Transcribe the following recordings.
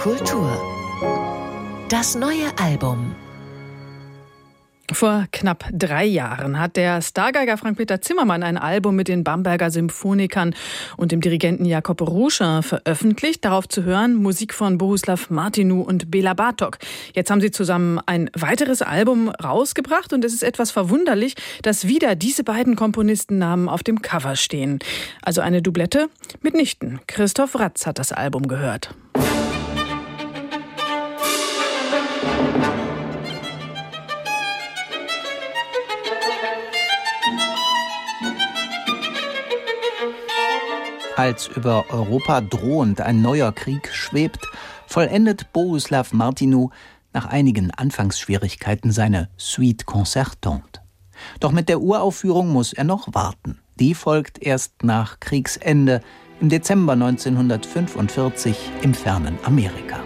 Kultur. Das neue Album. Vor knapp 3 Jahren hat der Stargeiger Frank-Peter Zimmermann ein Album mit den Bamberger Symphonikern und dem Dirigenten Jakob Ruschin veröffentlicht. Darauf zu hören Musik von Bohuslav Martinu und Bela Bartok. Jetzt haben sie zusammen ein weiteres Album rausgebracht und es ist etwas verwunderlich, dass wieder diese beiden Komponistennamen auf dem Cover stehen. Also eine Doublette mitnichten. Christoph Ratz hat das Album gehört. Als über Europa drohend ein neuer Krieg schwebt, vollendet Bohuslav Martinu nach einigen Anfangsschwierigkeiten seine Suite concertante. Doch mit der Uraufführung muss er noch warten. Die folgt erst nach Kriegsende im Dezember 1945 im fernen Amerika.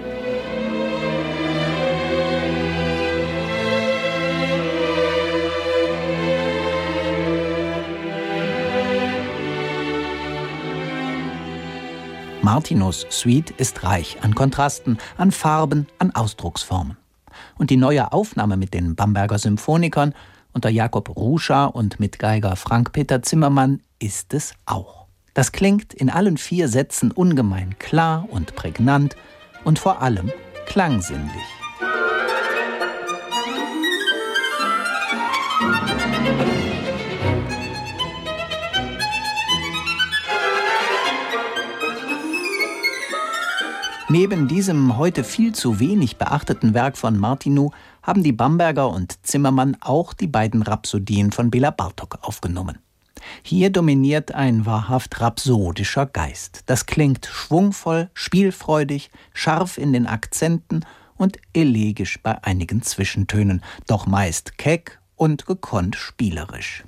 Martinus Suite ist reich an Kontrasten, an Farben, an Ausdrucksformen. Und die neue Aufnahme mit den Bamberger Symphonikern unter Jakob Ruschin und mit Geiger Frank-Peter Zimmermann ist es auch. Das klingt in allen 4 Sätzen ungemein klar und prägnant und vor allem klangsinnlich. Neben diesem heute viel zu wenig beachteten Werk von Martinu haben die Bamberger und Zimmermann auch die beiden Rhapsodien von Bela Bartok aufgenommen. Hier dominiert ein wahrhaft rhapsodischer Geist. Das klingt schwungvoll, spielfreudig, scharf in den Akzenten und elegisch bei einigen Zwischentönen, doch meist keck und gekonnt spielerisch.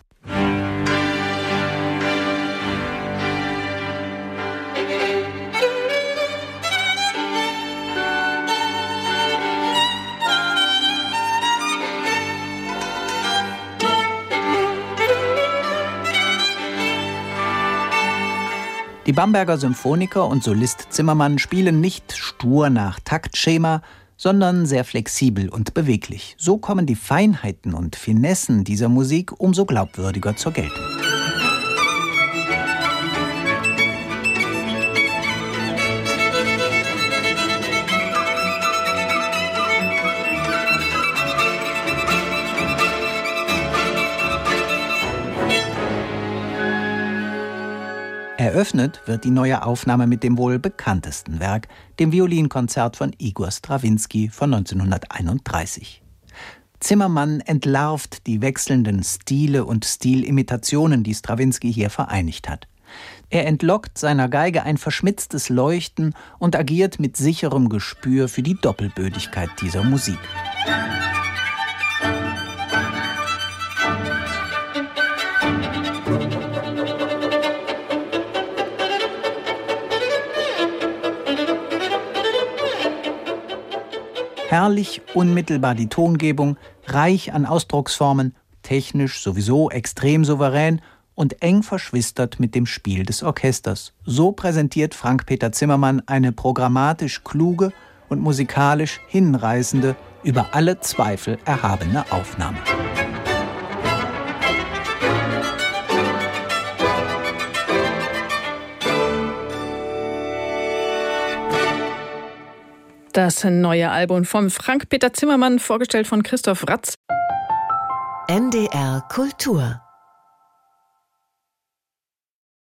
Die Bamberger Symphoniker und Solist Zimmermann spielen nicht stur nach Taktschema, sondern sehr flexibel und beweglich. So kommen die Feinheiten und Finessen dieser Musik umso glaubwürdiger zur Geltung. Eröffnet wird die neue Aufnahme mit dem wohl bekanntesten Werk, dem Violinkonzert von Igor Strawinski von 1931. Zimmermann entlarvt die wechselnden Stile und Stilimitationen, die Strawinski hier vereinigt hat. Er entlockt seiner Geige ein verschmitztes Leuchten und agiert mit sicherem Gespür für die Doppelbödigkeit dieser Musik. Herrlich unmittelbar die Tongebung, reich an Ausdrucksformen, technisch sowieso extrem souverän und eng verschwistert mit dem Spiel des Orchesters. So präsentiert Frank-Peter Zimmermann eine programmatisch kluge und musikalisch hinreißende, über alle Zweifel erhabene Aufnahme. Das neue Album von Frank-Peter Zimmermann, vorgestellt von Christoph Ratz. NDR Kultur